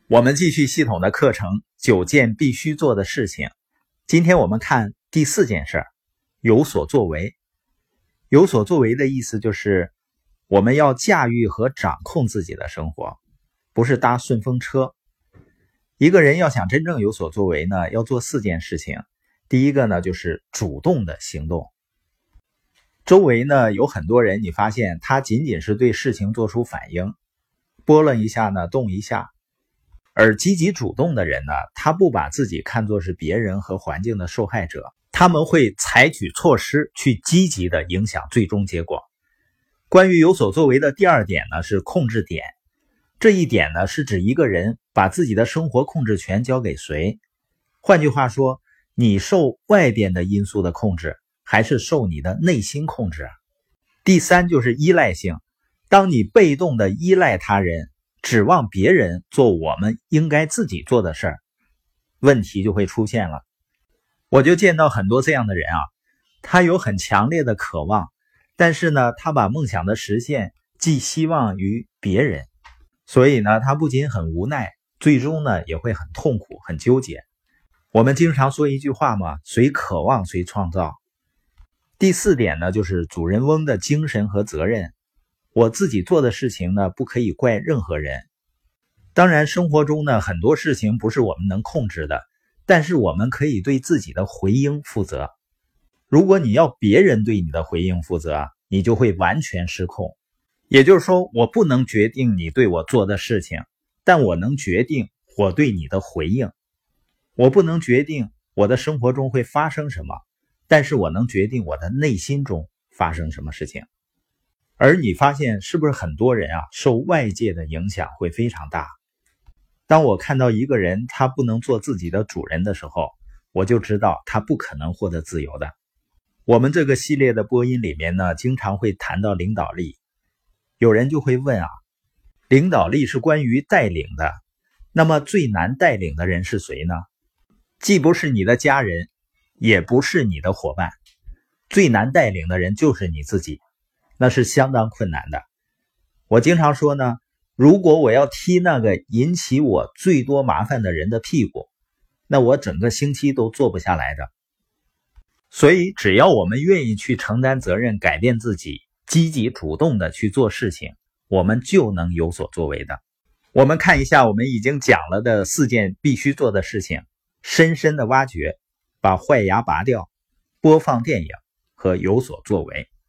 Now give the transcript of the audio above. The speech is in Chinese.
我们继续系统的课程，9件必须做的事情。今天我们看第4件事，有所作为。有所作为的意思就是我们要驾驭和掌控自己的生活，不是搭顺风车。一个人要想真正有所作为呢，要做4件事情。第一个呢，就是主动的行动。周围呢有很多人，你发现他仅仅是对事情做出反应，拨了一下呢，动一下。而积极主动的人呢，他不把自己看作是别人和环境的受害者，他们会采取措施去积极的影响最终结果。关于有所作为的第2点呢，是控制点。这一点呢，是指一个人把自己的生活控制权交给谁。换句话说，你受外边的因素的控制，还是受你的内心控制？第3就是依赖性。当你被动的依赖他人，指望别人做我们应该自己做的事儿，问题就会出现了。我就见到很多这样的人啊，他有很强烈的渴望，但是呢，他把梦想的实现寄希望于别人，所以呢，他不仅很无奈，最终呢，也会很痛苦、很纠结。我们经常说一句话嘛，谁渴望谁创造。第4点呢，就是主人翁的精神和责任。我自己做的事情呢，不可以怪任何人。当然，生活中呢，很多事情不是我们能控制的，但是我们可以对自己的回应负责。如果你要别人对你的回应负责，你就会完全失控。也就是说，我不能决定你对我做的事情，但我能决定我对你的回应。我不能决定我的生活中会发生什么，但是我能决定我的内心中发生什么事情。而你发现是不是很多人啊，受外界的影响会非常大？当我看到一个人他不能做自己的主人的时候，我就知道他不可能获得自由的。我们这个系列的播音里面呢，经常会谈到领导力。有人就会问啊，领导力是关于带领的，那么最难带领的人是谁呢？既不是你的家人，也不是你的伙伴，最难带领的人就是你自己。那是相当困难的。我经常说呢，如果我要踢那个引起我最多麻烦的人的屁股，那我整个星期都坐不下来的。所以只要我们愿意去承担责任，改变自己，积极主动的去做事情，我们就能有所作为的。我们看一下我们已经讲了的4件必须做的事情：深深的挖掘，把坏牙拔掉，播放电影和有所作为。